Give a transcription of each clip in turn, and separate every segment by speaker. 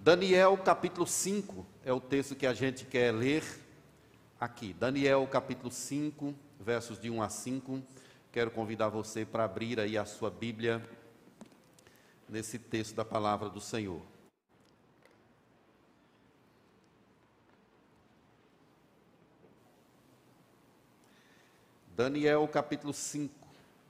Speaker 1: Daniel capítulo 5 é o texto que a gente quer ler aqui. Daniel capítulo 5, versos de 1 a 5. Quero convidar você para abrir aí a sua Bíblia nesse texto da palavra do Senhor. Daniel capítulo 5.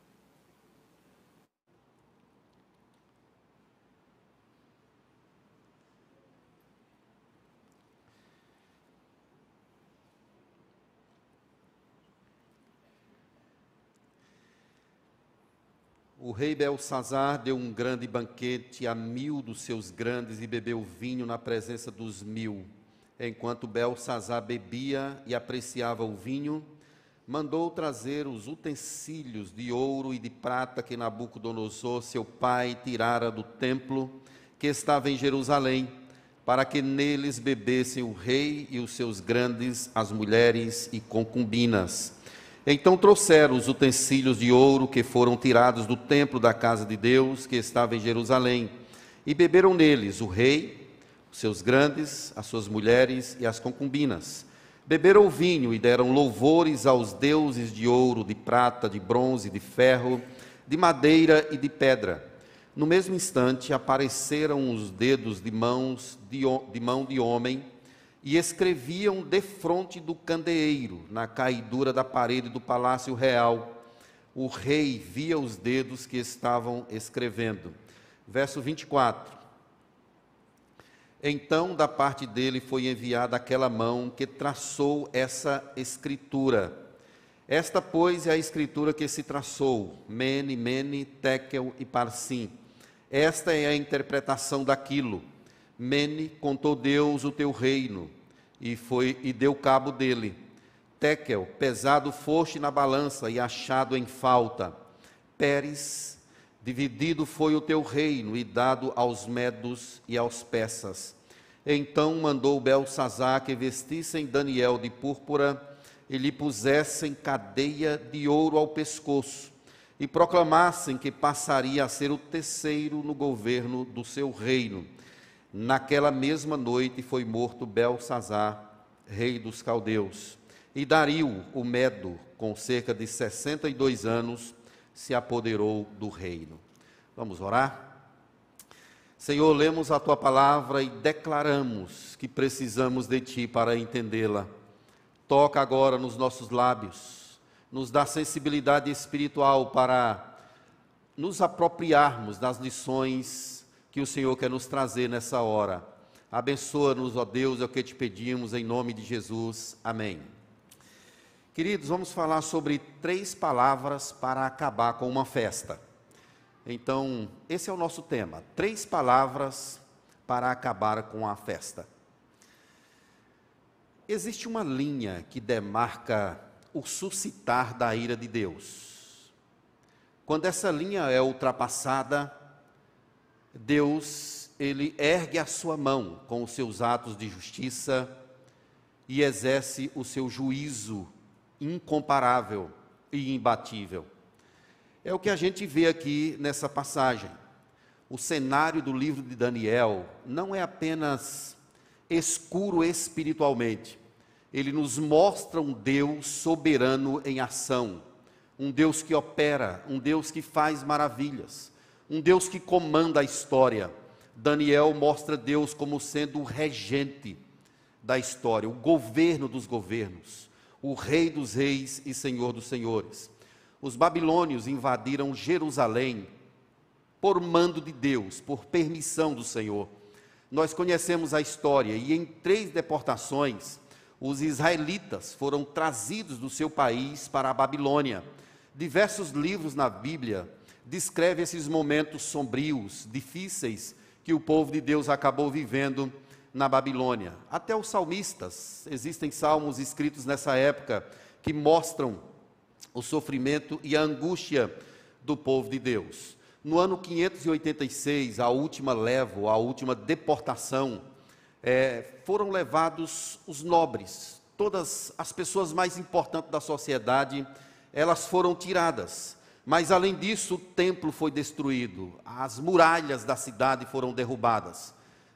Speaker 1: O rei Belsazar deu um grande banquete a 1000 dos seus grandes e bebeu vinho na presença dos 1000. Enquanto Belsazar bebia e apreciava o vinho, mandou trazer os utensílios de ouro e de prata que Nabucodonosor, seu pai, tirara do templo que estava em Jerusalém, para que neles bebessem o rei e os seus grandes, as mulheres e concubinas. Então trouxeram os utensílios de ouro que foram tirados do templo da casa de Deus, que estava em Jerusalém, e beberam neles o rei, os seus grandes, as suas mulheres e as concubinas. Beberam o vinho e deram louvores aos deuses de ouro, de prata, de bronze, de ferro, de madeira e de pedra. No mesmo instante apareceram os dedos de mão de homem, e escreviam defronte do candeeiro, na caidura da parede do palácio real. O rei via os dedos que estavam escrevendo. Verso 24. Então, da parte dele foi enviada aquela mão que traçou essa escritura. Esta, pois, é a escritura que se traçou: Mene, Mene, Tekel e Parsim. Esta é a interpretação daquilo. Mene, contou Deus o teu reino, e deu cabo dele. Tekel, pesado foste na balança e achado em falta. Pérez, dividido foi o teu reino e dado aos medos e aos persas. Então mandou Belsazar que vestissem Daniel de púrpura e lhe pusessem cadeia de ouro ao pescoço e proclamassem que passaria a ser o terceiro no governo do seu reino. Naquela mesma noite foi morto Belsazar, rei dos caldeus. E Dario, o Medo, com cerca de 62 anos, se apoderou do reino. Vamos orar? Senhor, lemos a Tua palavra e declaramos que precisamos de Ti para entendê-la. Toca agora nos nossos lábios, nos dá sensibilidade espiritual para nos apropriarmos das lições que o Senhor quer nos trazer nessa hora. Abençoa-nos, ó Deus, é o que te pedimos, em nome de Jesus. Amém. Queridos, vamos falar sobre 3 palavras para acabar com uma festa. Então, esse é o nosso tema, 3 palavras para acabar com a festa. Existe uma linha que demarca o suscitar da ira de Deus. Quando essa linha é ultrapassada, Deus, ele ergue a sua mão com os seus atos de justiça e exerce o seu juízo incomparável e imbatível. É o que a gente vê aqui nessa passagem. O cenário do livro de Daniel não é apenas escuro espiritualmente. Ele nos mostra um Deus soberano em ação, um Deus que opera, um Deus que faz maravilhas, um Deus que comanda a história. Daniel mostra Deus como sendo o regente da história, o governo dos governos, o rei dos reis e senhor dos senhores. Os babilônios invadiram Jerusalém por mando de Deus, por permissão do Senhor. Nós conhecemos a história e em 3 deportações, os israelitas foram trazidos do seu país para a Babilônia. Diversos livros na Bíblia descreve esses momentos sombrios, difíceis, que o povo de Deus acabou vivendo na Babilônia. Até os salmistas, existem salmos escritos nessa época, que mostram o sofrimento e a angústia do povo de Deus. No ano 586, a última leva, a última deportação, foram levados os nobres, todas as pessoas mais importantes da sociedade, elas foram tiradas. Mas além disso, o templo foi destruído, as muralhas da cidade foram derrubadas.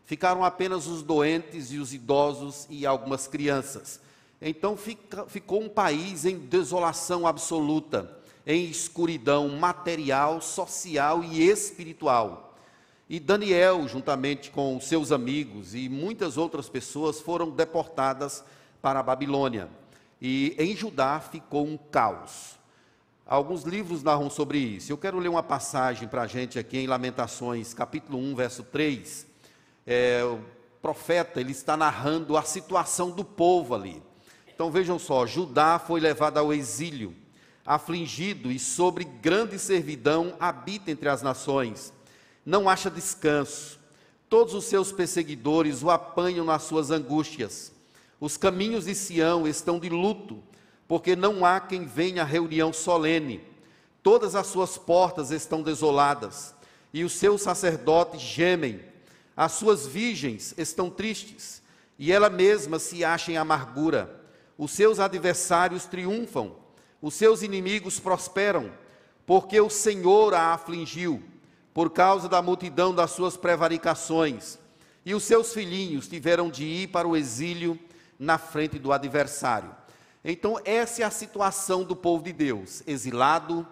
Speaker 1: Ficaram apenas os doentes e os idosos e algumas crianças. Então ficou um país em desolação absoluta, em escuridão material, social e espiritual. E Daniel, juntamente com seus amigos e muitas outras pessoas, foram deportadas para a Babilônia. E em Judá ficou um caos. Alguns livros narram sobre isso. Eu quero ler uma passagem para a gente aqui em Lamentações, capítulo 1, verso 3. O profeta, ele está narrando a situação do povo ali. Então vejam só, Judá foi levado ao exílio, afligido e sobre grande servidão habita entre as nações. Não acha descanso. Todos os seus perseguidores o apanham nas suas angústias. Os caminhos de Sião estão de luto, porque não há quem venha à reunião solene. Todas as suas portas estão desoladas, e os seus sacerdotes gemem. As suas virgens estão tristes, e ela mesma se acha em amargura. Os seus adversários triunfam, os seus inimigos prosperam, porque o Senhor a afligiu, por causa da multidão das suas prevaricações. E os seus filhinhos tiveram de ir para o exílio na frente do adversário. Então, essa é a situação do povo de Deus, exilado,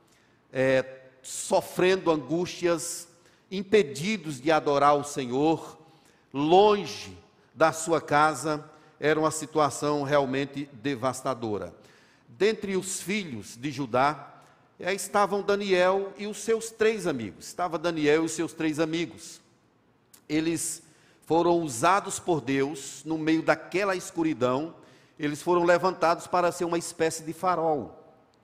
Speaker 1: sofrendo angústias, impedidos de adorar o Senhor, longe da sua casa. Era uma situação realmente devastadora. Dentre os filhos de Judá, estavam Daniel e os seus 3 amigos. Estava Daniel e os seus 3 amigos. Eles foram usados por Deus no meio daquela escuridão. Eles foram levantados para ser uma espécie de farol.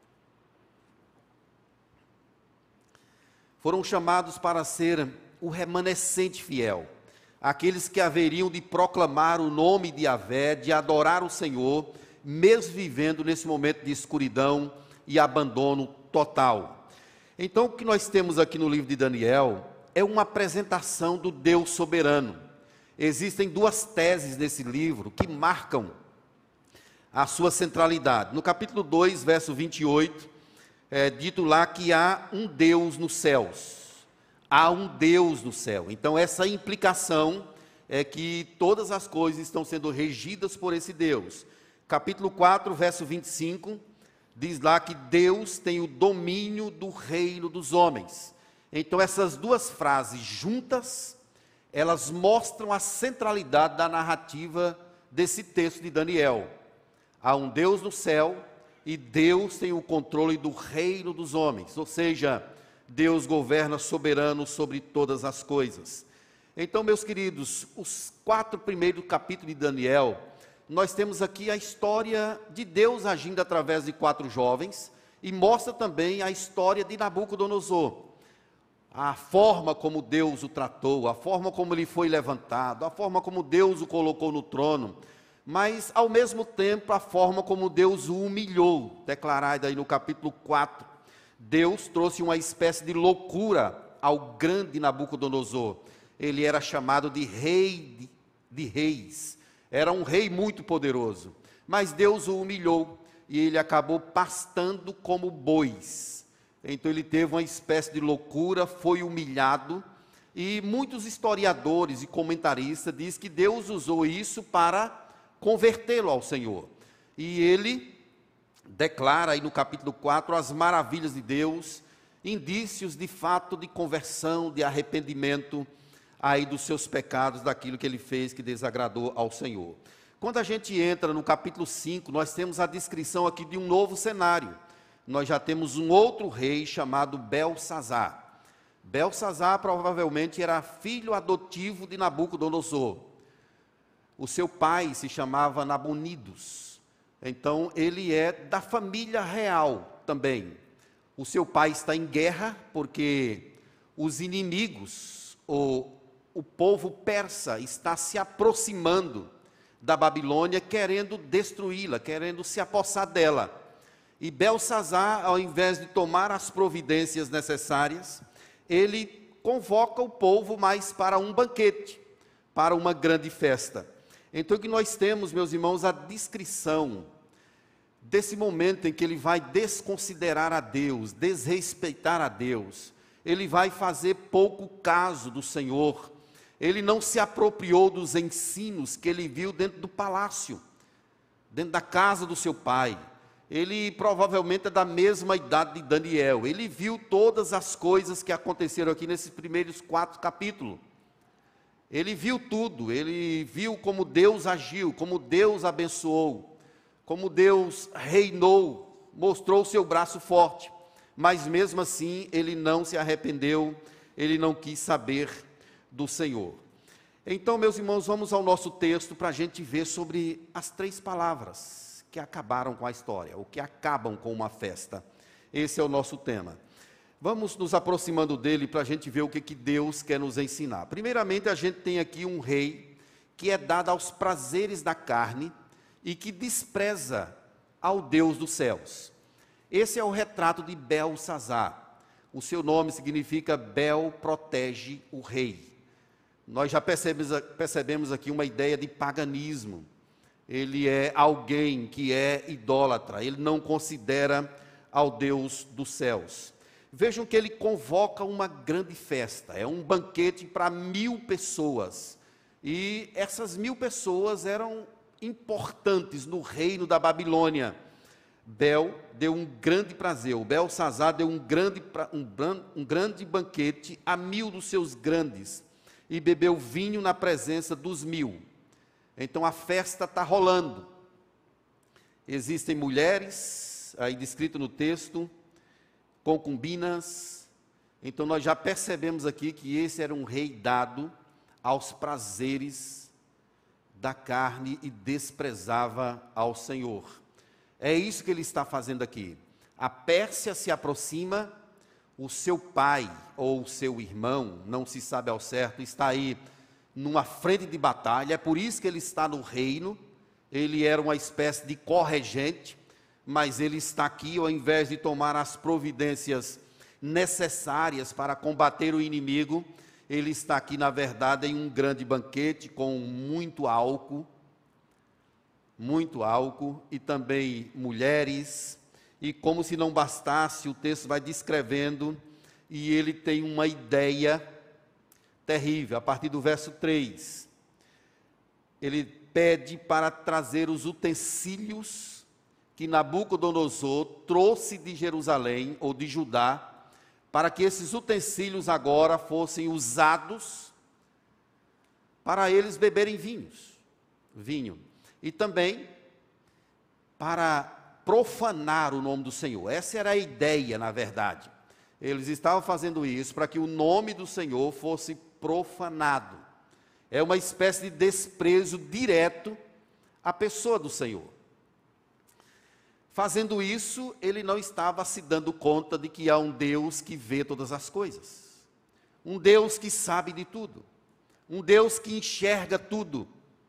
Speaker 1: Foram chamados para ser o remanescente fiel, aqueles que haveriam de proclamar o nome de Yahvé, de adorar o Senhor, mesmo vivendo nesse momento de escuridão e abandono total. Então, o que nós temos aqui no livro de Daniel é uma apresentação do Deus soberano. Existem 2 teses nesse livro que marcam a sua centralidade. No capítulo 2, verso 28, é dito lá que há um Deus nos céus. Há um Deus no céu. Então, essa implicação é que todas as coisas estão sendo regidas por esse Deus. Capítulo 4, verso 25, diz lá que Deus tem o domínio do reino dos homens. Então, essas 2 frases juntas, elas mostram a centralidade da narrativa desse texto de Daniel. Há um Deus no céu e Deus tem o controle do reino dos homens, ou seja, Deus governa soberano sobre todas as coisas. Então, meus queridos, os 4 primeiros capítulos de Daniel, nós temos aqui a história de Deus agindo através de 4 jovens, e mostra também a história de Nabucodonosor, a forma como Deus o tratou, a forma como ele foi levantado, a forma como Deus o colocou no trono, mas ao mesmo tempo a forma como Deus o humilhou, declarado aí no capítulo 4. Deus trouxe uma espécie de loucura ao grande Nabucodonosor. Ele era chamado de rei de reis, era um rei muito poderoso, mas Deus o humilhou e ele acabou pastando como bois. Então ele teve uma espécie de loucura, foi humilhado, e muitos historiadores e comentaristas dizem que Deus usou isso para convertê-lo ao Senhor. E ele declara aí no capítulo 4 as maravilhas de Deus, indícios de fato de conversão, de arrependimento aí dos seus pecados, daquilo que ele fez que desagradou ao Senhor. Quando a gente entra no capítulo 5, nós temos a descrição aqui de um novo cenário. Nós já temos um outro rei chamado Belsazar. Belsazar provavelmente era filho adotivo de Nabucodonosor. O seu pai se chamava Nabonidos. Então, ele é da família real também. O seu pai está em guerra, porque os inimigos, o povo persa está se aproximando da Babilônia, querendo destruí-la, querendo se apossar dela. E Belsazar, ao invés de tomar as providências necessárias, ele convoca o povo mais para um banquete, para uma grande festa. Então, o que nós temos, meus irmãos, a descrição desse momento em que ele vai desconsiderar a Deus, desrespeitar a Deus, ele vai fazer pouco caso do Senhor, Ele não se apropriou dos ensinos que ele viu dentro do palácio, dentro da casa do seu pai. Ele provavelmente é da mesma idade de Daniel. Ele viu todas as coisas que aconteceram aqui nesses primeiros 4 capítulos. Ele viu tudo, ele viu como Deus agiu, como Deus abençoou, como Deus reinou, mostrou o seu braço forte. Mas mesmo assim, ele não se arrependeu, ele não quis saber do Senhor. Então, meus irmãos, vamos ao nosso texto para a gente ver sobre as 3 palavras que acabaram com a história, ou que acabam com uma festa. Esse é o nosso tema. Vamos nos aproximando dele para a gente ver o que Deus quer nos ensinar. Primeiramente, a gente tem aqui um rei que é dado aos prazeres da carne e que despreza ao Deus dos céus. Esse é o retrato de Belsazar. O seu nome significa Bel protege o rei. Nós já percebemos aqui uma ideia de paganismo. Ele é alguém que é idólatra, ele não considera ao Deus dos céus. Vejam que ele convoca uma grande festa, é um banquete para 1000 pessoas. E essas 1000 pessoas eram importantes no reino da Babilônia. Bel deu um grande prazer, o Belsazar deu um grande banquete a 1000 dos seus grandes, e bebeu vinho na presença dos 1000. Então a festa está rolando. Existem mulheres, aí descrito no texto, concubinas. Então nós já percebemos aqui que esse era um rei dado aos prazeres da carne e desprezava ao Senhor. É isso que ele está fazendo aqui. A Pérsia se aproxima, o seu pai ou o seu irmão, não se sabe ao certo, está aí numa frente de batalha. É por isso que ele está no reino. Ele era uma espécie de corregente, mas ele está aqui, ao invés de tomar as providências necessárias para combater o inimigo, ele está aqui, na verdade, em um grande banquete com muito álcool e também mulheres. E como se não bastasse, o texto vai descrevendo, e ele tem uma ideia terrível. A partir do verso 3, ele pede para trazer os utensílios que Nabucodonosor trouxe de Jerusalém ou de Judá, para que esses utensílios agora fossem usados para eles beberem vinho, e também para profanar o nome do Senhor. Essa era a ideia, na verdade. Eles estavam fazendo isso para que o nome do Senhor fosse profanado. É uma espécie de desprezo direto à pessoa do Senhor. Fazendo isso, ele não estava se dando conta de que há um Deus que vê todas as coisas, um Deus que sabe de tudo, um Deus que enxerga tudo,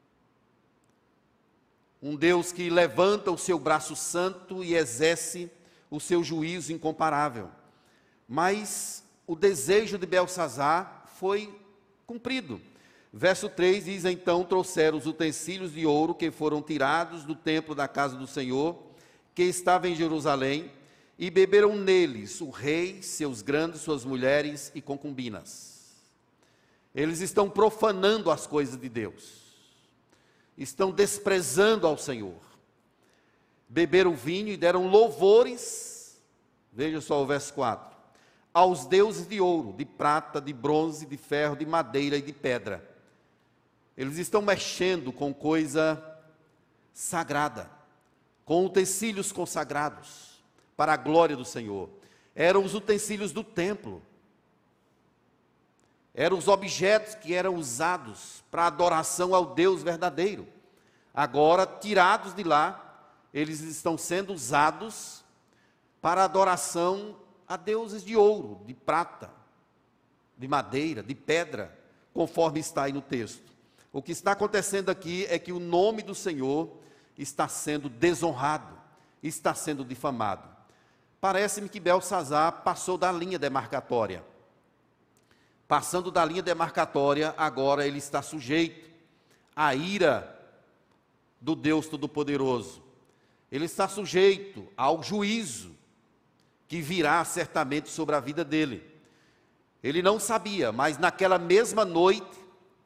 Speaker 1: um Deus que levanta o seu braço santo e exerce o seu juízo incomparável. Mas o desejo de Belsazar foi cumprido. Verso 3 diz: então trouxeram os utensílios de ouro que foram tirados do templo da casa do Senhor, que estava em Jerusalém, e beberam neles o rei, seus grandes, suas mulheres e concubinas. Eles estão profanando as coisas de Deus, estão desprezando ao Senhor. Beberam vinho e deram louvores, veja só o verso 4, aos deuses de ouro, de prata, de bronze, de ferro, de madeira e de pedra. Eles estão mexendo com coisa sagrada, com utensílios consagrados para a glória do Senhor. Eram os utensílios do templo, eram os objetos que eram usados para adoração ao Deus verdadeiro. Agora, tirados de lá, eles estão sendo usados para adoração a deuses de ouro, de prata, de madeira, de pedra, conforme está aí no texto. O que está acontecendo aqui é que o nome do Senhor está sendo desonrado, está sendo difamado. Parece-me que Belsazar passou da linha demarcatória. Passando da linha demarcatória, agora ele está sujeito à ira do Deus Todo-Poderoso. Ele está sujeito ao juízo que virá certamente sobre a vida dele. Ele não sabia, mas naquela mesma noite,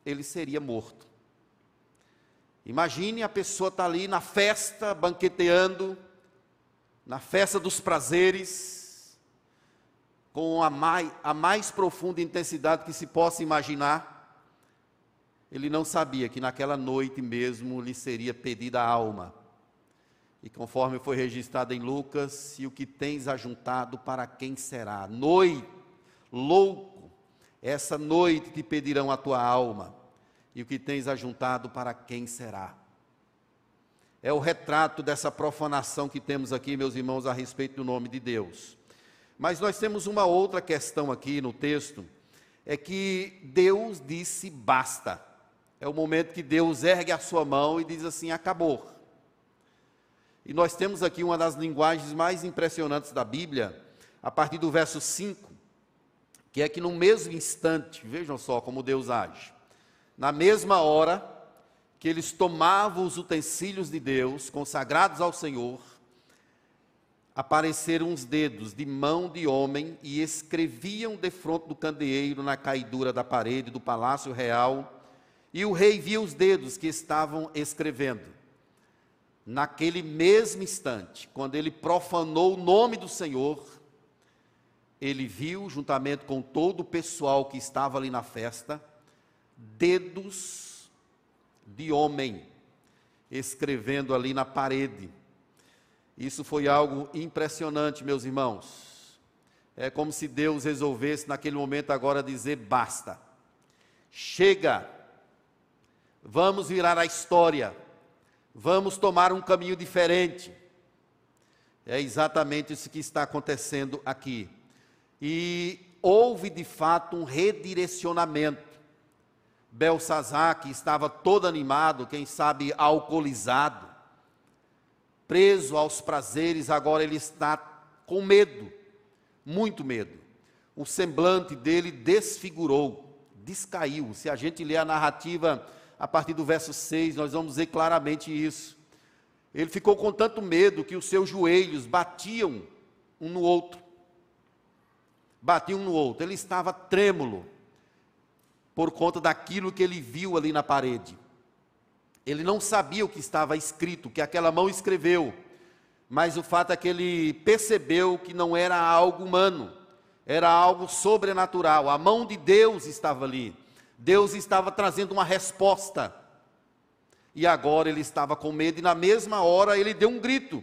Speaker 1: ele seria morto. Imagine a pessoa estar ali na festa, banqueteando, na festa dos prazeres, com a mais profunda intensidade que se possa imaginar. Ele não sabia que naquela noite mesmo lhe seria pedida a alma. E conforme foi registrado em Lucas, e o que tens ajuntado, para quem será? Noite, louco, essa noite te pedirão a tua alma, e o que tens ajuntado, para quem será? É o retrato dessa profanação que temos aqui, meus irmãos, a respeito do nome de Deus. Mas nós temos uma outra questão aqui no texto, é que Deus disse basta. É o momento que Deus ergue a sua mão e diz assim, acabou. E nós temos aqui uma das linguagens mais impressionantes da Bíblia, a partir do verso 5, que é que no mesmo instante, vejam só como Deus age, na mesma hora que eles tomavam os utensílios de Deus, consagrados ao Senhor, apareceram uns dedos de mão de homem e escreviam defronte do candeeiro na caidura da parede do palácio real, e o rei via os dedos que estavam escrevendo. Naquele mesmo instante, quando ele profanou o nome do Senhor, ele viu, juntamente com todo o pessoal que estava ali na festa, dedos de homem escrevendo ali na parede. Isso foi algo impressionante, meus irmãos. É como se Deus resolvesse naquele momento agora dizer basta. Chega, vamos virar a história. Vamos tomar um caminho diferente. É exatamente isso que está acontecendo aqui. E houve de fato um redirecionamento. Belsazar, que estava todo animado, quem sabe alcoolizado, preso aos prazeres, agora ele está com medo, muito medo. O semblante dele desfigurou, descaiu. Se a gente ler a narrativa a partir do verso 6, nós vamos ver claramente isso. Ele ficou com tanto medo que os seus joelhos batiam um no outro. Batiam um no outro. Ele estava trêmulo por conta daquilo que ele viu ali na parede. Ele não sabia o que estava escrito, que aquela mão escreveu, mas o fato é que ele percebeu que não era algo humano, era algo sobrenatural. A mão de Deus estava ali. Deus estava trazendo uma resposta, e agora ele estava com medo, e na mesma hora ele deu um grito,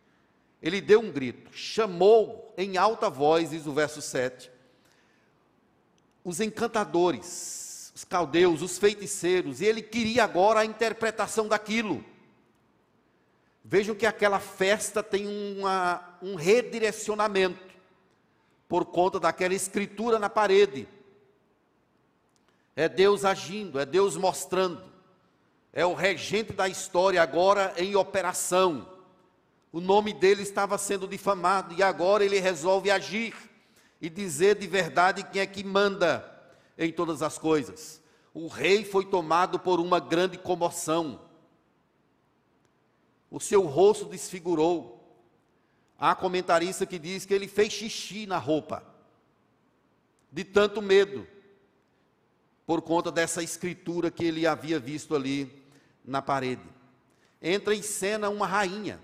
Speaker 1: chamou em alta voz, diz o verso 7, os encantadores, os caldeus, os feiticeiros, e ele queria agora a interpretação daquilo. Vejam que aquela festa tem um redirecionamento, por conta daquela escritura na parede. É Deus agindo, é Deus mostrando, é o regente da história agora em operação. O nome dele estava sendo difamado e agora ele resolve agir e dizer de verdade quem é que manda em todas as coisas. O rei foi tomado por uma grande comoção, o seu rosto desfigurou. Há comentarista que diz que ele fez xixi na roupa, de tanto medo, por conta dessa escritura que ele havia visto ali na parede. Entra em cena uma rainha.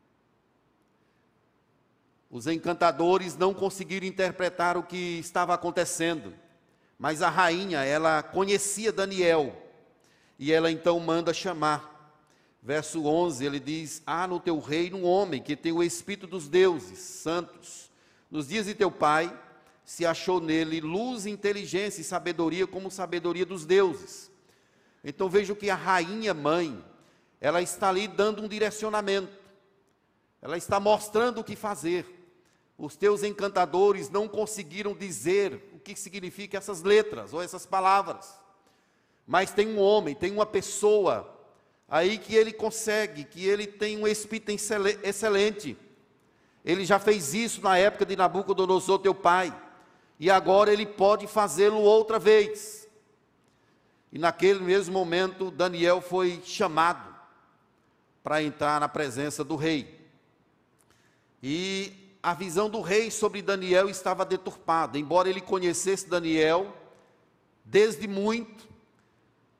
Speaker 1: Os encantadores não conseguiram interpretar o que estava acontecendo, mas a rainha, ela conhecia Daniel, e ela então manda chamar. Verso 11, ele diz, há no teu reino um homem que tem o espírito dos deuses santos. Nos dias de teu pai, se achou nele luz, inteligência e sabedoria, como sabedoria dos deuses. Então vejo que a rainha mãe, ela está ali dando um direcionamento, ela está mostrando o que fazer. Os teus encantadores não conseguiram dizer o que significa essas letras ou essas palavras, mas tem um homem, tem uma pessoa aí que ele consegue, que ele tem um espírito excelente. Ele já fez isso na época de Nabucodonosor, teu pai, e agora ele pode fazê-lo outra vez. E naquele mesmo momento, Daniel foi chamado para entrar na presença do rei. E a visão do rei sobre Daniel estava deturpada, embora ele conhecesse Daniel desde muito,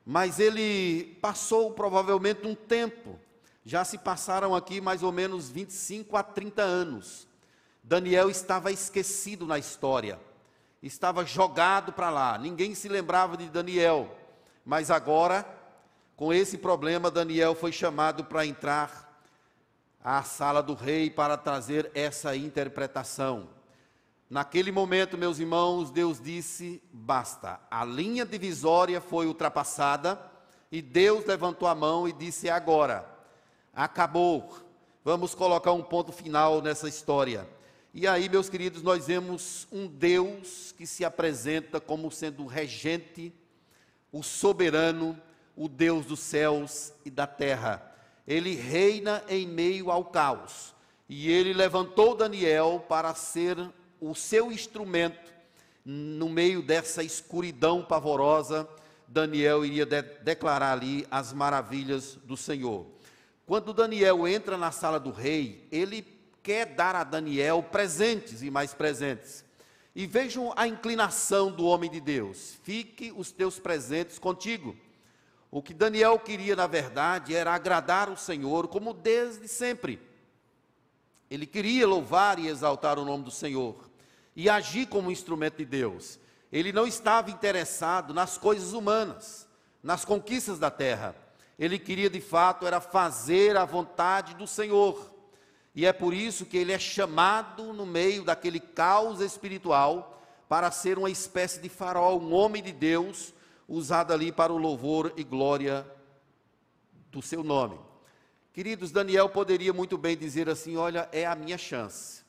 Speaker 1: Mas ele passou provavelmente um tempo, já se passaram aqui mais ou menos 25 a 30 anos. Daniel estava esquecido na história, estava jogado para lá, ninguém se lembrava de Daniel. Mas agora, com esse problema, Daniel foi chamado para entrar à sala do rei para trazer essa interpretação. Naquele momento, meus irmãos, Deus disse: basta. A linha divisória foi ultrapassada e Deus levantou a mão e disse: agora, acabou, vamos colocar um ponto final nessa história. E aí, meus queridos, nós vemos um Deus que se apresenta como sendo o regente, o soberano, o Deus dos céus e da terra. Ele reina em meio ao caos. E ele levantou Daniel para ser o seu instrumento. No meio dessa escuridão pavorosa, Daniel iria declarar ali as maravilhas do Senhor. Quando Daniel entra na sala do rei, ele quer dar a Daniel presentes e mais presentes. E vejam a inclinação do homem de Deus: fique os teus presentes contigo. O que Daniel queria, na verdade, era agradar o Senhor como desde sempre. Ele queria louvar e exaltar o nome do Senhor e agir como instrumento de Deus. Ele não estava interessado nas coisas humanas, nas conquistas da terra. Ele queria, de fato, era fazer a vontade do Senhor. E é por isso que ele é chamado no meio daquele caos espiritual para ser uma espécie de farol, um homem de Deus, usado ali para o louvor e glória do seu nome. Queridos, Daniel poderia muito bem dizer assim: olha, é a minha chance.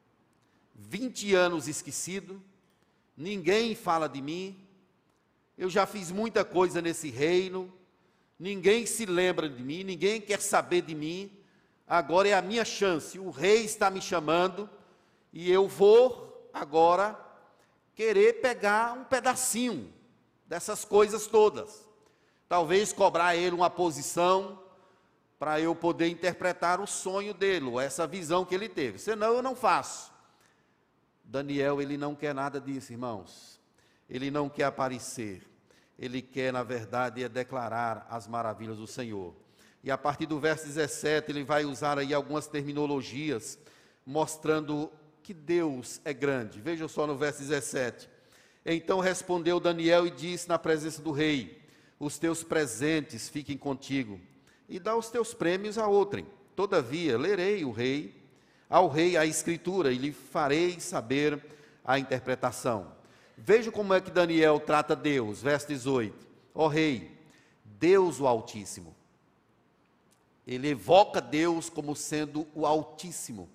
Speaker 1: 20 anos esquecido, ninguém fala de mim, eu já fiz muita coisa nesse reino, ninguém se lembra de mim, ninguém quer saber de mim, agora é a minha chance, o rei está me chamando, e eu vou agora querer pegar um pedacinho dessas coisas todas, talvez cobrar a ele uma posição, para eu poder interpretar o sonho dele, ou essa visão que ele teve, senão eu não faço. Daniel, ele não quer nada disso, irmãos, ele não quer aparecer, ele quer, na verdade, declarar as maravilhas do Senhor. E a partir do verso 17, ele vai usar aí algumas terminologias, mostrando que Deus é grande. Vejam só no verso 17. Então respondeu Daniel e disse na presença do rei: os teus presentes fiquem contigo, e dá os teus prêmios a outrem. Todavia, lerei ao rei a escritura, e lhe farei saber a interpretação. Veja como é que Daniel trata Deus, verso 18. Ó rei, Deus o Altíssimo. Ele evoca Deus como sendo o Altíssimo.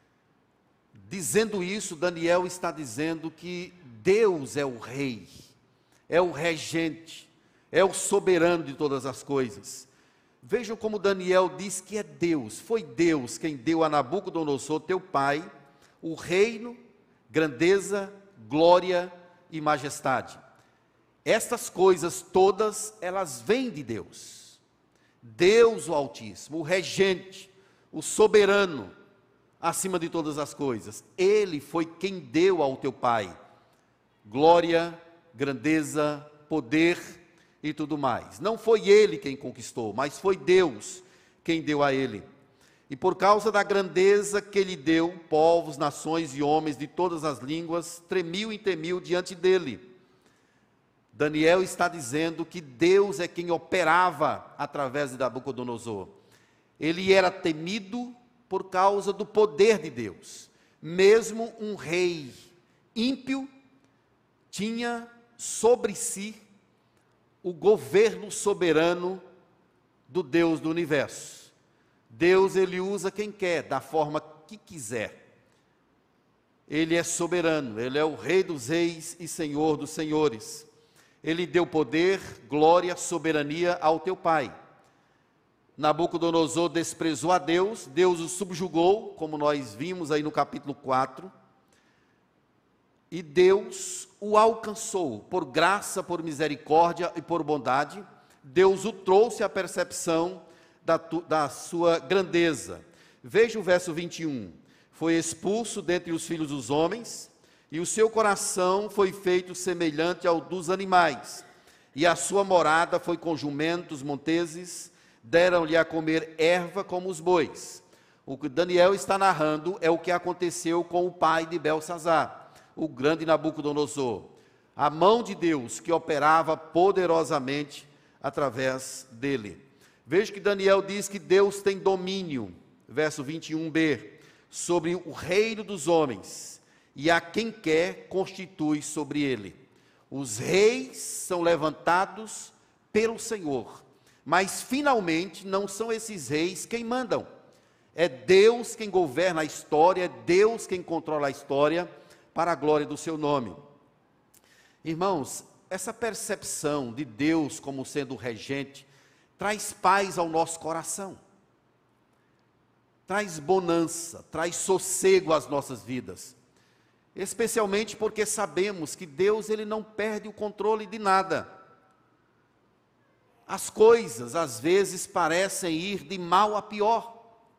Speaker 1: Dizendo isso, Daniel está dizendo que Deus é o rei, é o regente, é o soberano de todas as coisas. Vejam como Daniel diz que é Deus, foi Deus quem deu a Nabucodonosor, teu pai, o reino, grandeza, glória e majestade. Estas coisas todas, elas vêm de Deus. Deus o Altíssimo, o regente, o soberano, acima de todas as coisas. Ele foi quem deu ao teu pai glória, grandeza, poder e tudo mais. Não foi ele quem conquistou, mas foi Deus quem deu a ele. E por causa da grandeza que ele deu, povos, nações e homens de todas as línguas tremiam e temiam diante dele. Daniel está dizendo que Deus é quem operava através de Nabucodonosor. Ele era temido por causa do poder de Deus. Mesmo um rei ímpio tinha sobre si o governo soberano do Deus do universo. Deus, ele usa quem quer, da forma que quiser. Ele é soberano, ele é o rei dos reis e senhor dos senhores. Ele deu poder, glória, soberania ao teu pai. Nabucodonosor desprezou a Deus, Deus o subjugou, como nós vimos aí no capítulo 4. E Deus o alcançou, por graça, por misericórdia e por bondade. Deus o trouxe à percepção da sua grandeza. Veja o verso 21. Foi expulso dentre os filhos dos homens, e o seu coração foi feito semelhante ao dos animais, e a sua morada foi com jumentos monteses, deram-lhe a comer erva como os bois. O que Daniel está narrando é o que aconteceu com o pai de Belsazar, o grande Nabucodonosor. A mão de Deus que operava poderosamente através dele. Veja que Daniel diz que Deus tem domínio, verso 21b, sobre o reino dos homens, e a quem quer constitui sobre ele. Os reis são levantados pelo Senhor, mas finalmente não são esses reis quem mandam. É Deus quem governa a história, é Deus quem controla a história para a glória do seu nome. Irmãos, essa percepção de Deus como sendo regente traz paz ao nosso coração, traz bonança, traz sossego às nossas vidas, especialmente porque sabemos que Deus ele não perde o controle de nada. As coisas às vezes parecem ir de mal a pior.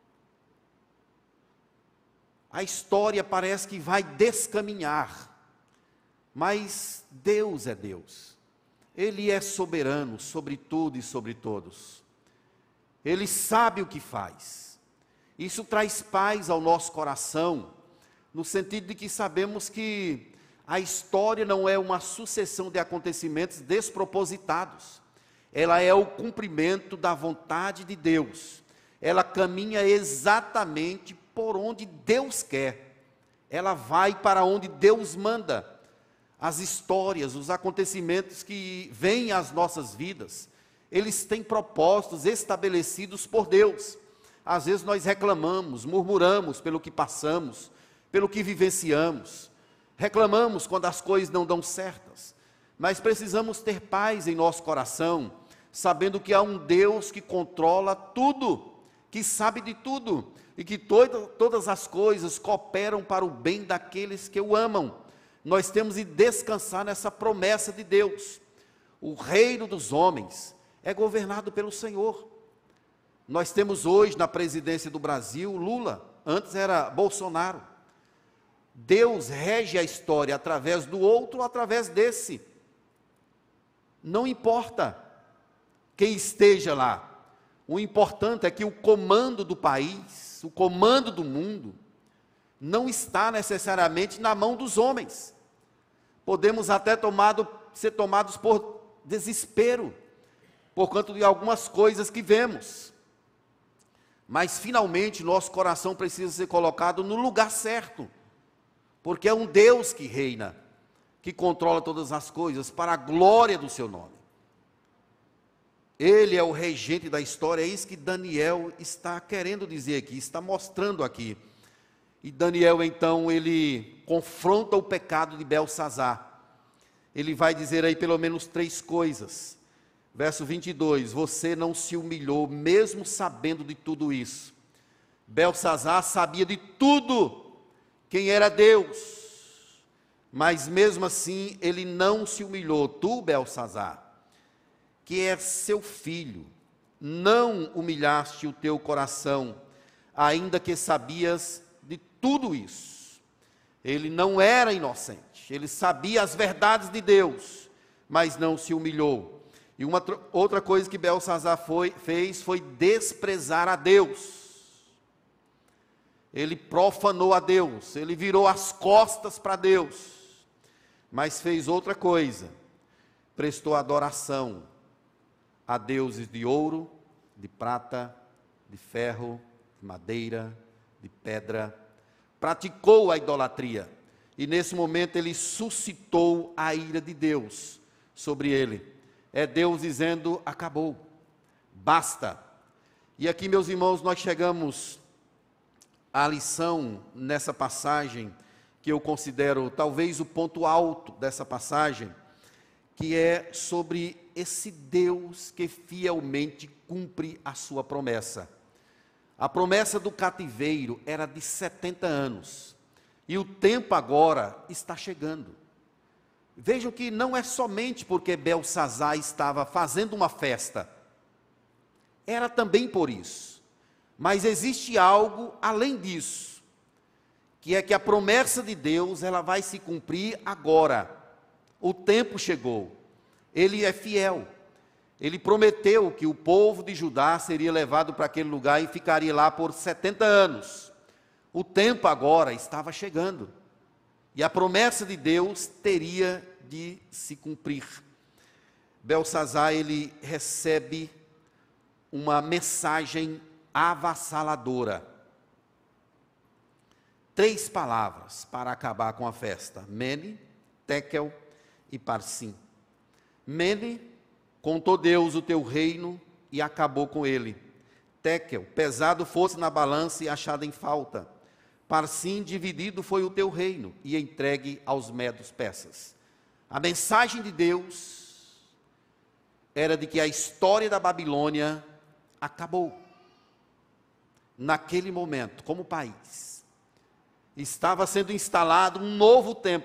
Speaker 1: A história parece que vai descaminhar, mas Deus é Deus. Ele é soberano sobre tudo e sobre todos. Ele sabe o que faz. Isso traz paz ao nosso coração, no sentido de que sabemos que a história não é uma sucessão de acontecimentos despropositados. Ela é o cumprimento da vontade de Deus. Ela caminha exatamente por onde Deus quer. Ela vai para onde Deus manda. As histórias, os acontecimentos que vêm às nossas vidas, eles têm propósitos estabelecidos por Deus. Às vezes nós reclamamos, murmuramos pelo que passamos, pelo que vivenciamos, reclamamos quando as coisas não dão certas, mas precisamos ter paz em nosso coração, sabendo que há um Deus que controla tudo, que sabe de tudo, e que todas as coisas cooperam para o bem daqueles que o amam. Nós temos de descansar nessa promessa de Deus. O reino dos homens é governado pelo Senhor. Nós temos hoje na presidência do Brasil Lula, antes era Bolsonaro. Deus rege a história através do outro ou através desse. Não importa quem esteja lá. O importante é que o comando do país, o comando do mundo, não está necessariamente na mão dos homens. Podemos até ser tomados por desespero, por conta de algumas coisas que vemos. Mas finalmente nosso coração precisa ser colocado no lugar certo, porque é um Deus que reina, que controla todas as coisas para a glória do seu nome. Ele é o regente da história, é isso que Daniel está querendo dizer aqui, está mostrando aqui. E Daniel, então, ele confronta o pecado de Belsazar. Ele vai dizer aí pelo menos 3 coisas. Verso 22, você não se humilhou, mesmo sabendo de tudo isso. Belsazar sabia de tudo, quem era Deus. Mas mesmo assim, ele não se humilhou. Tu, Belsazar, que és seu filho, não humilhaste o teu coração, ainda que sabias de tudo isso. Ele não era inocente, ele sabia as verdades de Deus, mas não se humilhou. E outra coisa que Belsazar fez foi desprezar a Deus. Ele profanou a Deus, ele virou as costas para Deus, mas fez outra coisa, prestou adoração a deuses de ouro, de prata, de ferro, de madeira, de pedra, praticou a idolatria, e nesse momento ele suscitou a ira de Deus sobre ele. É Deus dizendo, acabou, basta. E aqui, meus irmãos, nós chegamos à lição nessa passagem, que eu considero talvez o ponto alto dessa passagem, que é sobre esse Deus que fielmente cumpre a sua promessa. A promessa do cativeiro era de 70 anos, e o tempo agora está chegando. Vejam que não é somente porque Belsazar estava fazendo uma festa, era também por isso, mas existe algo além disso, que é que a promessa de Deus, ela vai se cumprir agora. O tempo chegou, Ele é fiel. Ele prometeu que o povo de Judá seria levado para aquele lugar e ficaria lá por 70 anos. O tempo agora estava chegando. E a promessa de Deus teria de se cumprir. Belsazar, ele recebe uma mensagem avassaladora. 3 palavras para acabar com a festa: Mene, Tekel e Parsim. Mene, contou Deus o teu reino e acabou com ele. Tekel, pesado fosse na balança e achado em falta. Parsim, dividido foi o teu reino e entregue aos medos persas. A mensagem de Deus era de que a história da Babilônia acabou. Naquele momento, como país, estava sendo instalado um novo tempo.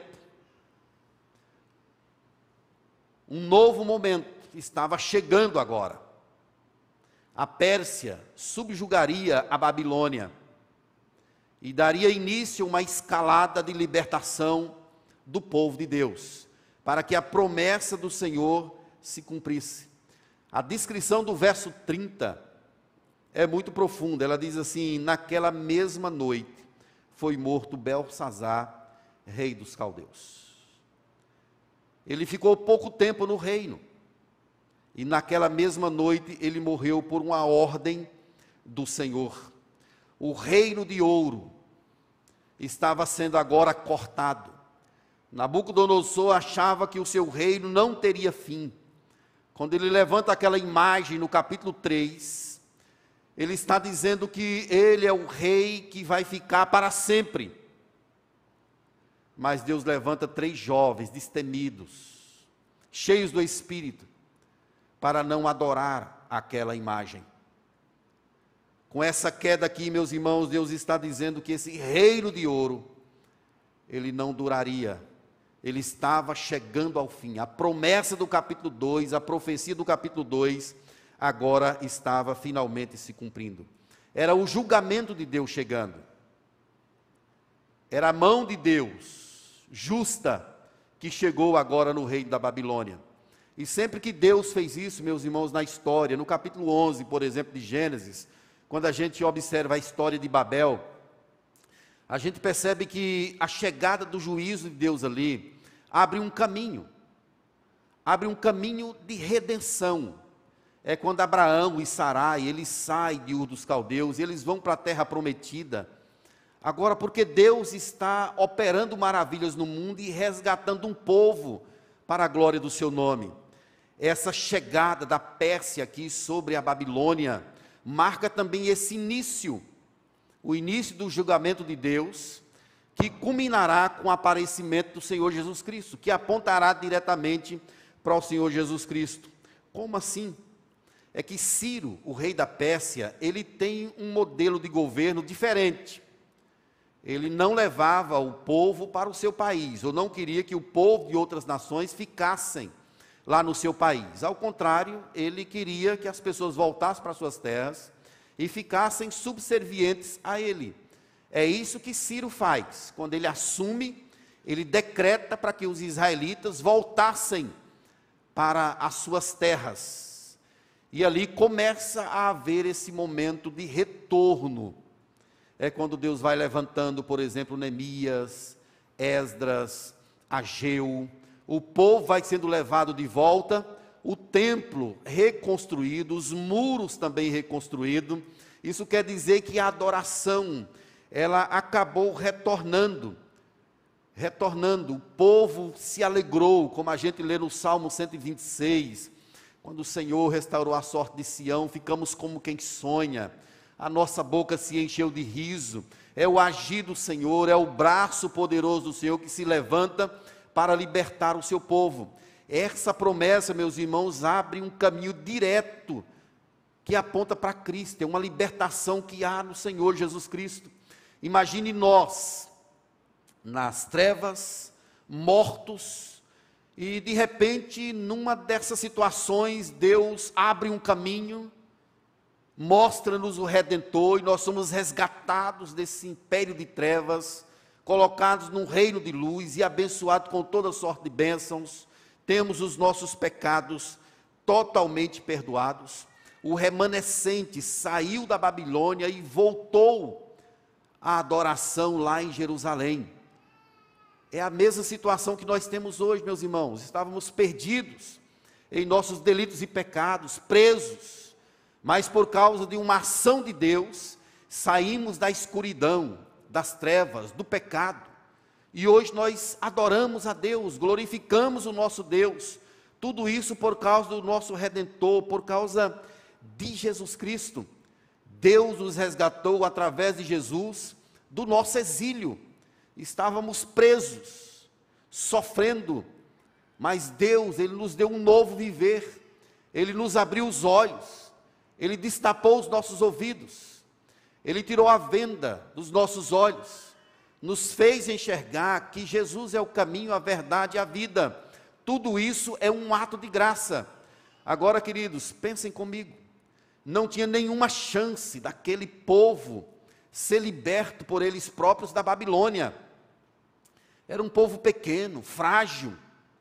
Speaker 1: Um novo momento estava chegando agora. A Pérsia subjugaria a Babilônia e daria início a uma escalada de libertação do povo de Deus, para que a promessa do Senhor se cumprisse. A descrição do verso 30 é muito profunda. Ela diz assim: naquela mesma noite foi morto Belsazar, rei dos caldeus. Ele ficou pouco tempo no reino, e naquela mesma noite ele morreu por uma ordem do Senhor. O reino de ouro estava sendo agora cortado. Nabucodonosor achava que o seu reino não teria fim. Quando ele levanta aquela imagem no capítulo 3, ele está dizendo que ele é o rei que vai ficar para sempre. Mas Deus levanta 3 jovens destemidos, cheios do Espírito, para não adorar aquela imagem. Com essa queda aqui, meus irmãos, Deus está dizendo que esse reino de ouro, ele não duraria. Ele estava chegando ao fim. A promessa do capítulo 2, a profecia do capítulo 2, agora estava finalmente se cumprindo. Era o julgamento de Deus chegando. Era a mão de Deus, justa, que chegou agora no reino da Babilônia. E sempre que Deus fez isso, meus irmãos, na história, no capítulo 11, por exemplo, de Gênesis, quando a gente observa a história de Babel, a gente percebe que a chegada do juízo de Deus ali abre um caminho de redenção. É quando Abraão e Sarai, eles saem de Ur dos Caldeus e eles vão para a terra prometida. Agora, porque Deus está operando maravilhas no mundo e resgatando um povo para a glória do seu nome. Essa chegada da Pérsia aqui sobre a Babilônia marca também esse início, o início do julgamento de Deus, que culminará com o aparecimento do Senhor Jesus Cristo, que apontará diretamente para o Senhor Jesus Cristo. Como assim? É que Ciro, o rei da Pérsia, ele tem um modelo de governo diferente. Ele não levava o povo para o seu país, ou não queria que o povo de outras nações ficassem lá no seu país. Ao contrário, ele queria que as pessoas voltassem para suas terras e ficassem subservientes a ele. É isso que Ciro faz. Quando ele assume, ele decreta para que os israelitas voltassem para as suas terras. E ali começa a haver esse momento de retorno. É quando Deus vai levantando, por exemplo, Neemias, Esdras, Ageu. O povo vai sendo levado de volta, o templo reconstruído, os muros também reconstruídos. Isso quer dizer que a adoração, ela acabou retornando. O povo se alegrou, como a gente lê no Salmo 126, quando o Senhor restaurou a sorte de Sião, ficamos como quem sonha, a nossa boca se encheu de riso. É o agir do Senhor, é o braço poderoso do Senhor que se levanta para libertar o seu povo. Essa promessa, meus irmãos, abre um caminho direto que aponta para Cristo, é uma libertação que há no Senhor Jesus Cristo. Imagine nós, nas trevas, mortos, e de repente, numa dessas situações, Deus abre um caminho, mostra-nos o Redentor, e nós somos resgatados desse império de trevas, colocados num reino de luz e abençoados com toda sorte de bênçãos, temos os nossos pecados totalmente perdoados. O remanescente saiu da Babilônia e voltou à adoração lá em Jerusalém. É a mesma situação que nós temos hoje, meus irmãos. Estávamos perdidos em nossos delitos e pecados, presos, mas por causa de uma ação de Deus, saímos da escuridão, das trevas, do pecado, e hoje nós adoramos a Deus, glorificamos o nosso Deus, tudo isso por causa do nosso Redentor, por causa de Jesus Cristo. Deus nos resgatou através de Jesus do nosso exílio. Estávamos presos, sofrendo, mas Deus, Ele nos deu um novo viver, Ele nos abriu os olhos, Ele destapou os nossos ouvidos, Ele tirou a venda dos nossos olhos, nos fez enxergar que Jesus é o caminho, a verdade e a vida. Tudo isso é um ato de graça. Agora, queridos, pensem comigo, não tinha nenhuma chance daquele povo ser liberto por eles próprios da Babilônia. Era um povo pequeno, frágil,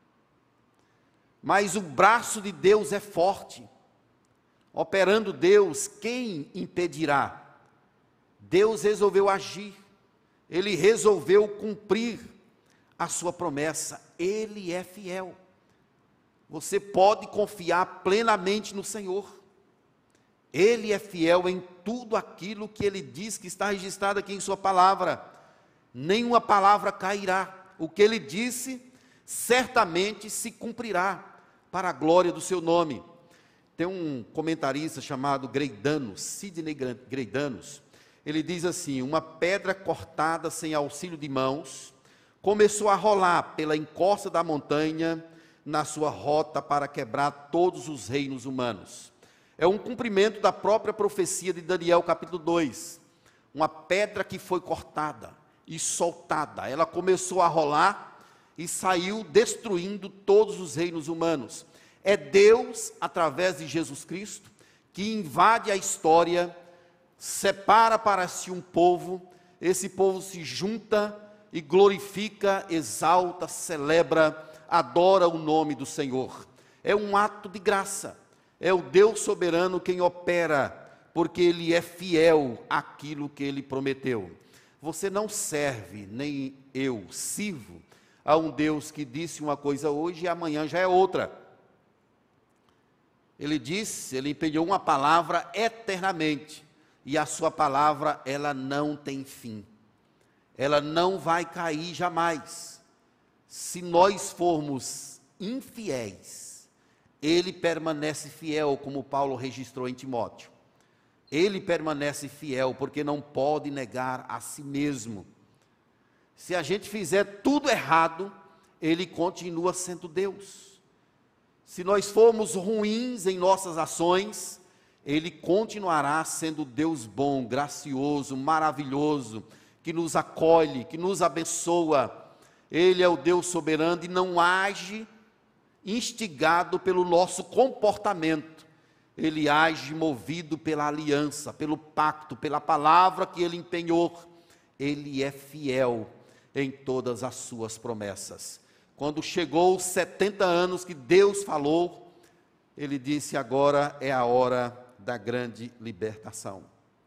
Speaker 1: mas o braço de Deus é forte. Operando Deus, quem impedirá? Deus resolveu agir, Ele resolveu cumprir a sua promessa, Ele é fiel. Você pode confiar plenamente no Senhor, Ele é fiel em tudo aquilo que Ele diz, que está registrado aqui em sua palavra. Nenhuma palavra cairá, o que Ele disse, certamente se cumprirá, para a glória do seu nome. Tem um comentarista chamado Greidanos, Sidney Greidanos, ele diz assim: uma pedra cortada sem auxílio de mãos, começou a rolar pela encosta da montanha, na sua rota para quebrar todos os reinos humanos. É um cumprimento da própria profecia de Daniel capítulo 2, uma pedra que foi cortada e soltada, ela começou a rolar e saiu destruindo todos os reinos humanos. É Deus, através de Jesus Cristo, que invade a história, separa para si um povo, esse povo se junta e glorifica, exalta, celebra, adora o nome do Senhor. É um ato de graça, é o Deus soberano quem opera, porque Ele é fiel àquilo que Ele prometeu. Você não serve, nem eu sirvo, a um Deus que disse uma coisa hoje e amanhã já é outra. Ele disse, Ele empenhou uma palavra eternamente, e a sua palavra, ela não tem fim, ela não vai cair jamais. Se nós formos infiéis, Ele permanece fiel, como Paulo registrou em Timóteo. Ele permanece fiel, porque não pode negar a si mesmo. Se a gente fizer tudo errado, Ele continua sendo Deus. Se nós formos ruins em nossas ações, Ele continuará sendo Deus bom, gracioso, maravilhoso, que nos acolhe, que nos abençoa. Ele é o Deus soberano e não age instigado pelo nosso comportamento. Ele age movido pela aliança, pelo pacto, pela palavra que Ele empenhou. Ele é fiel em todas as suas promessas. Quando chegou os 70 anos que Deus falou, Ele disse: agora é a hora da grande libertação.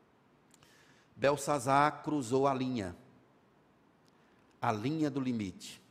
Speaker 1: Belsazar cruzou a linha do limite.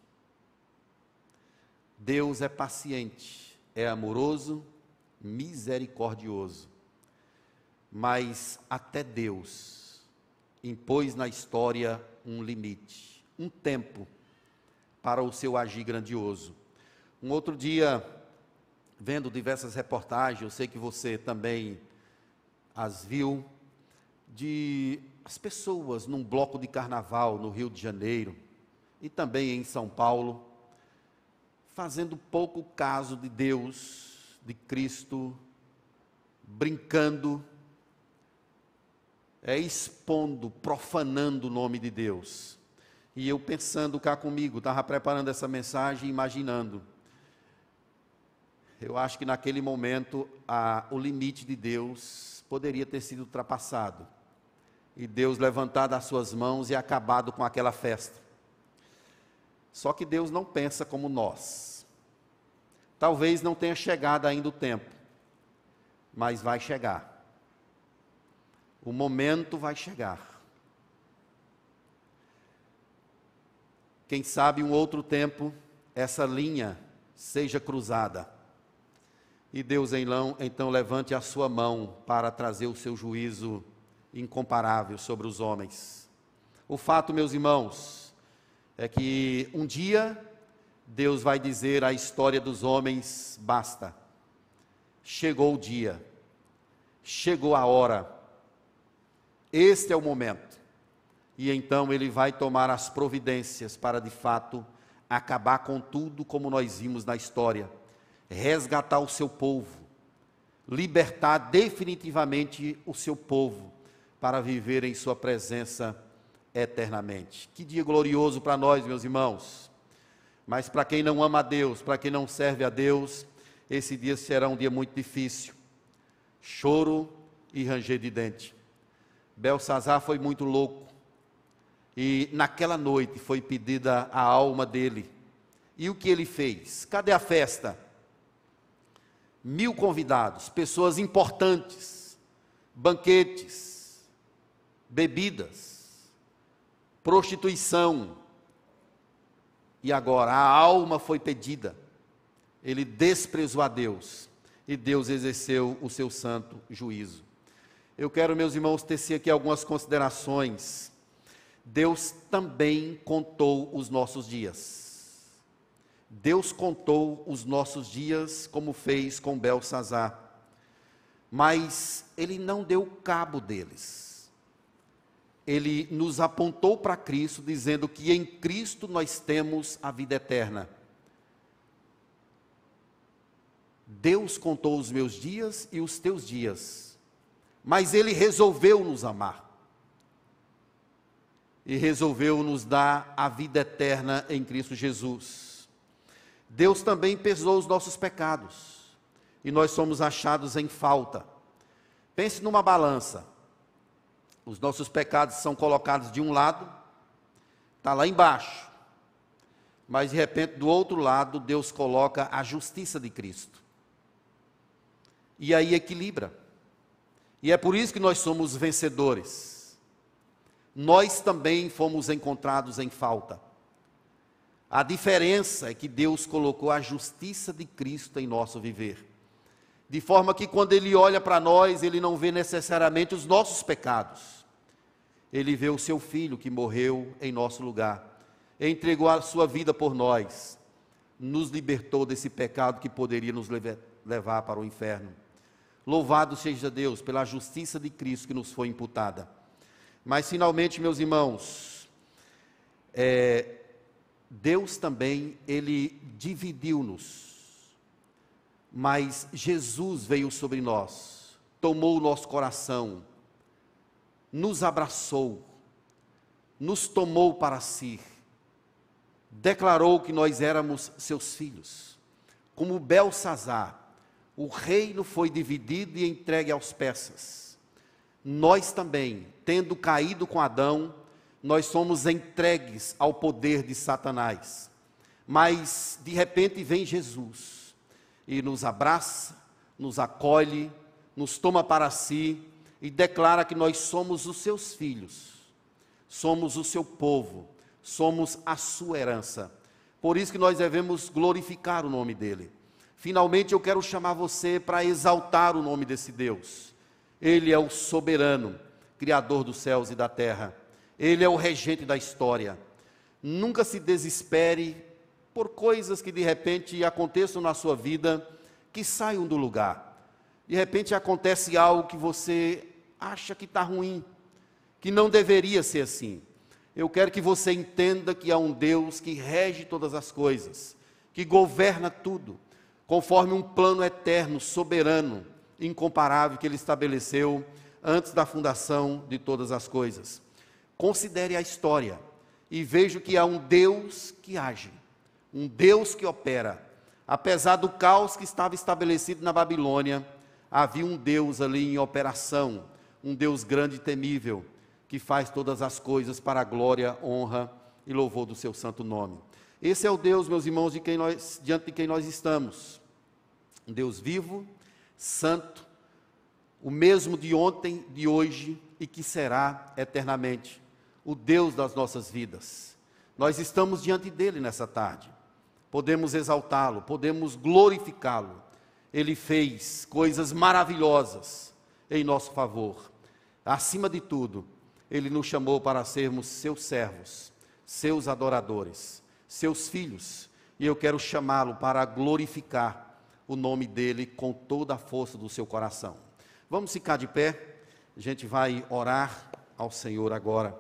Speaker 1: Deus é paciente, é amoroso, misericordioso, mas até Deus impôs na história um limite, um tempo para o seu agir grandioso. Um outro dia, vendo diversas reportagens, eu sei que você também as viu, de as pessoas num bloco de carnaval no Rio de Janeiro e também em São Paulo, fazendo pouco caso de Deus, de Cristo, brincando, expondo, profanando o nome de Deus. E eu pensando cá comigo, estava preparando essa mensagem, imaginando, eu acho que naquele momento o limite de Deus poderia ter sido ultrapassado, e Deus levantado as suas mãos e acabado com aquela festa. Só que Deus não pensa como nós. Talvez não tenha chegado ainda o tempo, mas vai chegar. O momento vai chegar. Quem sabe um outro tempo, essa linha seja cruzada. E Deus então levante a sua mão para trazer o seu juízo incomparável sobre os homens. O fato, meus irmãos, é que um dia Deus vai dizer à história dos homens: basta, chegou o dia, chegou a hora, este é o momento. E então Ele vai tomar as providências para, de fato, acabar com tudo como nós vimos na história, resgatar o seu povo, libertar definitivamente o seu povo, para viver em sua presença eternamente. Que dia glorioso para nós, meus irmãos. Mas para quem não ama a Deus, para quem não serve a Deus, esse dia será um dia muito difícil. Choro e ranger de dente. Belsazar foi muito louco. E naquela noite foi pedida a alma dele. E o que ele fez? Cadê a festa? 1000 convidados, pessoas importantes, banquetes, bebidas, prostituição. E agora a alma foi pedida. Ele desprezou a Deus e Deus exerceu o seu santo juízo. Eu quero, meus irmãos, tecer aqui algumas considerações. Deus também contou os nossos dias. Deus contou os nossos dias, como fez com Belsazar. Mas Ele não deu cabo deles. Ele nos apontou para Cristo, dizendo que em Cristo nós temos a vida eterna. Deus contou os meus dias e os teus dias, mas Ele resolveu nos amar. E resolveu nos dar a vida eterna em Cristo Jesus. Deus também pesou os nossos pecados, e nós somos achados em falta. Pense numa balança. Os nossos pecados são colocados de um lado, está lá embaixo. Mas de repente do outro lado, Deus coloca a justiça de Cristo. E aí equilibra. E é por isso que nós somos vencedores. Nós também fomos encontrados em falta. A diferença é que Deus colocou a justiça de Cristo em nosso viver. De forma que quando Ele olha para nós, Ele não vê necessariamente os nossos pecados. Ele vê o seu Filho que morreu em nosso lugar, entregou a sua vida por nós, nos libertou desse pecado que poderia nos levar para o inferno. Louvado seja Deus pela justiça de Cristo que nos foi imputada. Mas finalmente, meus irmãos, Deus também, Ele dividiu-nos, mas Jesus veio sobre nós, tomou o nosso coração, nos abraçou, nos tomou para si, declarou que nós éramos seus filhos. Como Belsazar, o reino foi dividido e entregue aos persas. Nós também, tendo caído com Adão, nós somos entregues ao poder de Satanás. Mas, de repente, vem Jesus e nos abraça, nos acolhe, nos toma para si e declara que nós somos os seus filhos, somos o seu povo, somos a sua herança. Por isso que nós devemos glorificar o nome dele. Finalmente, eu quero chamar você para exaltar o nome desse Deus. Ele é o soberano, Criador dos céus e da terra. Ele é o regente da história. Nunca se desespere por coisas que de repente aconteçam na sua vida, que saiam do lugar. De repente acontece algo que você acha que está ruim, que não deveria ser assim. Eu quero que você entenda que há um Deus que rege todas as coisas, que governa tudo, conforme um plano eterno, soberano, incomparável que Ele estabeleceu antes da fundação de todas as coisas. Considere a história e veja que há um Deus que age, um Deus que opera. Apesar do caos que estava estabelecido na Babilônia, havia um Deus ali em operação, um Deus grande e temível, que faz todas as coisas para a glória, honra e louvor do seu santo nome. Esse é o Deus, meus irmãos, diante de quem nós estamos. Um Deus vivo, santo, o mesmo de ontem, de hoje e que será eternamente. O Deus das nossas vidas. Nós estamos diante dele nessa tarde. Podemos exaltá-lo, podemos glorificá-lo. Ele fez coisas maravilhosas em nosso favor. Acima de tudo, ele nos chamou para sermos seus servos, seus adoradores, seus filhos. E eu quero chamá-lo para glorificar o nome dele com toda a força do seu coração. Vamos ficar de pé, a gente vai orar ao Senhor agora.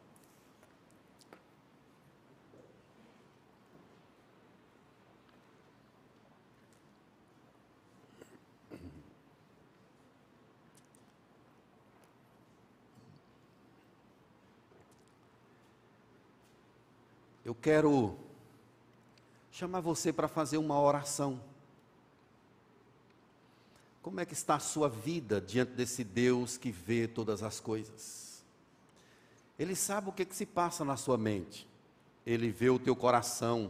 Speaker 1: Eu quero chamar você para fazer uma oração. Como é que está a sua vida diante desse Deus que vê todas as coisas? Ele sabe o que se passa na sua mente. Ele vê o teu coração.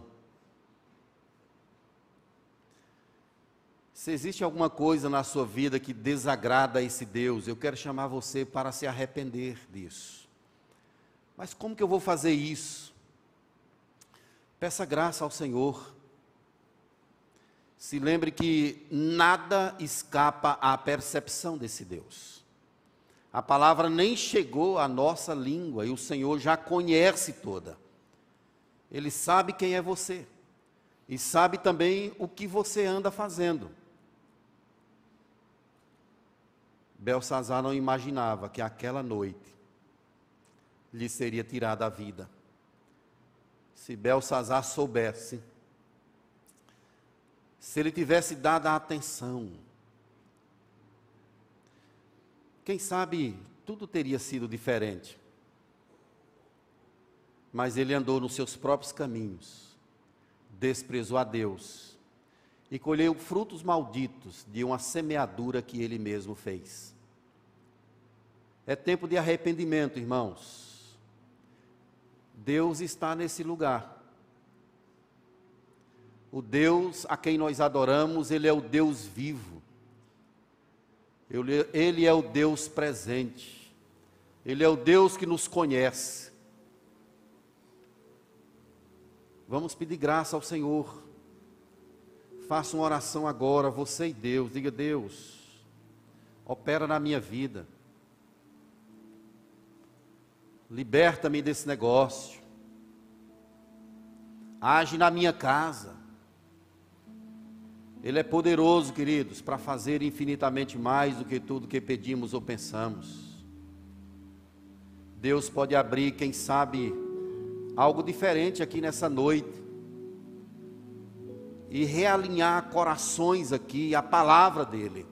Speaker 1: Se existe alguma coisa na sua vida que desagrada a esse Deus, eu quero chamar você para se arrepender disso. Mas como que eu vou fazer isso? Peça graça ao Senhor. Se lembre que nada escapa à percepção desse Deus. A palavra nem chegou à nossa língua e o Senhor já conhece toda. Ele sabe quem é você e sabe também o que você anda fazendo. Belsazar não imaginava que aquela noite lhe seria tirada a vida. Se Belsazar soubesse, se ele tivesse dado a atenção, quem sabe tudo teria sido diferente. Mas ele andou nos seus próprios caminhos, desprezou a Deus e colheu frutos malditos de uma semeadura que ele mesmo fez. É tempo de arrependimento, irmãos. Deus está nesse lugar. O Deus a quem nós adoramos, Ele é o Deus vivo. Ele é o Deus presente. Ele é o Deus que nos conhece. Vamos pedir graça ao Senhor. Faça uma oração agora, você e Deus. Diga: Deus, opera na minha vida. Liberta-me desse negócio. Age na minha casa. Ele é poderoso, queridos, para fazer infinitamente mais do que tudo que pedimos ou pensamos. Deus pode abrir, quem sabe, algo diferente aqui nessa noite. E realinhar corações aqui, a palavra dEle.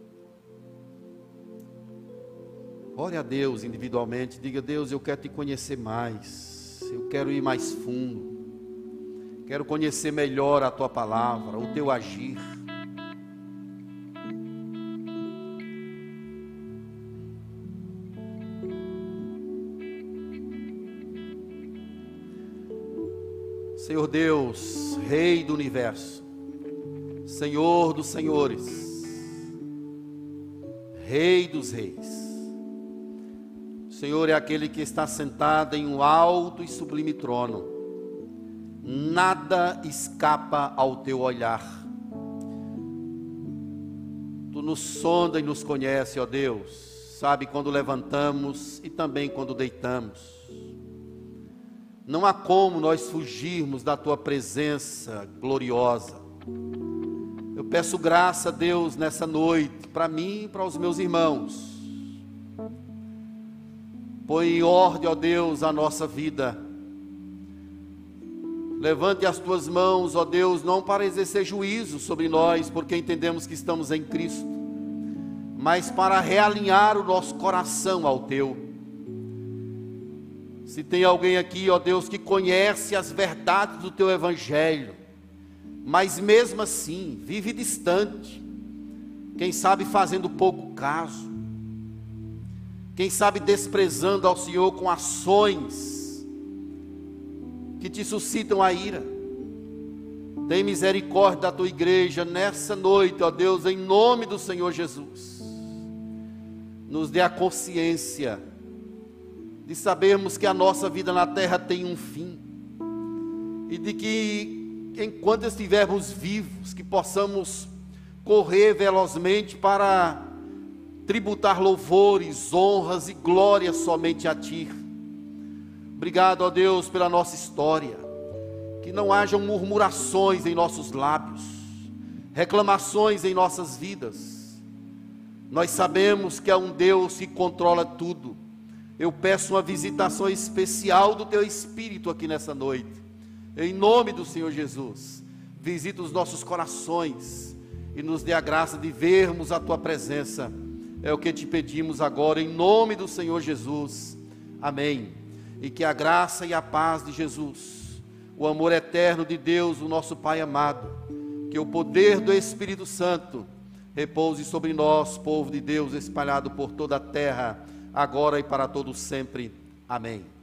Speaker 1: Ore a Deus individualmente, diga: Deus, eu quero te conhecer mais. Eu quero ir mais fundo. Quero conhecer melhor a tua palavra, o teu agir. Senhor Deus, Rei do universo, Senhor dos senhores, Rei dos reis. O Senhor é aquele que está sentado em um alto e sublime trono. Nada escapa ao teu olhar. Tu nos sonda e nos conhece, ó Deus. Sabe quando levantamos e também quando deitamos. Não há como nós fugirmos da tua presença gloriosa. Eu peço graça a Deus nessa noite, para mim e para os meus irmãos. Põe em ordem, ó Deus, a nossa vida. Levante as tuas mãos, ó Deus, não para exercer juízo sobre nós, porque entendemos que estamos em Cristo, mas para realinhar o nosso coração ao teu. Se tem alguém aqui, ó Deus, que conhece as verdades do teu evangelho, mas mesmo assim vive distante, quem sabe fazendo pouco caso, quem sabe desprezando ao Senhor com ações que te suscitam a ira, Tem misericórdia da tua igreja nessa noite, ó Deus, em nome do Senhor Jesus. Nos dê a consciência de sabermos que a nossa vida na terra tem um fim. E de que, enquanto estivermos vivos, que possamos correr velozmente para tributar louvores, honras e glórias somente a Ti. Obrigado, ó Deus, pela nossa história. Que não hajam murmurações em nossos lábios, reclamações em nossas vidas. Nós sabemos que há um Deus que controla tudo. Eu peço uma visitação especial do Teu Espírito aqui nessa noite. Em nome do Senhor Jesus, visita os nossos corações e nos dê a graça de vermos a Tua presença. É o que te pedimos agora, em nome do Senhor Jesus. Amém. E que a graça e a paz de Jesus, o amor eterno de Deus, o nosso Pai amado, que o poder do Espírito Santo repouse sobre nós, povo de Deus, espalhado por toda a terra, agora e para todo sempre. Amém.